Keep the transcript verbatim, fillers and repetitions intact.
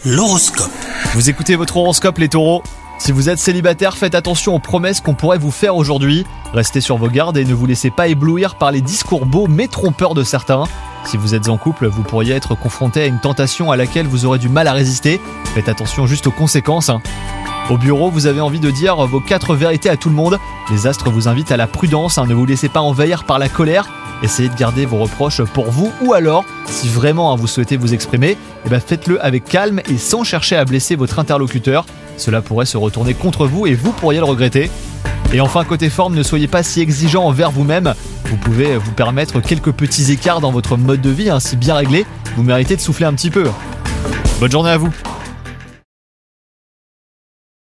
L'horoscope. Vous écoutez votre horoscope les taureaux. Si vous êtes célibataire, faites attention aux promesses qu'on pourrait vous faire aujourd'hui. Restez sur vos gardes et ne vous laissez pas éblouir par les discours beaux mais trompeurs de certains. Si vous êtes en couple, vous pourriez être confronté à une tentation à laquelle vous aurez du mal à résister. Faites attention juste aux conséquences. Hein. Au bureau, vous avez envie de dire vos quatre vérités à tout le monde. Les astres vous invitent à la prudence, hein, ne vous laissez pas envahir par la colère. Essayez de garder vos reproches pour vous, ou alors, si vraiment hein, vous souhaitez vous exprimer, eh ben faites-le avec calme et sans chercher à blesser votre interlocuteur. Cela pourrait se retourner contre vous et vous pourriez le regretter. Et enfin, côté forme, ne soyez pas si exigeant envers vous-même. Vous pouvez vous permettre quelques petits écarts dans votre mode de vie, hein, si bien réglé, vous méritez de souffler un petit peu. Bonne journée à vous.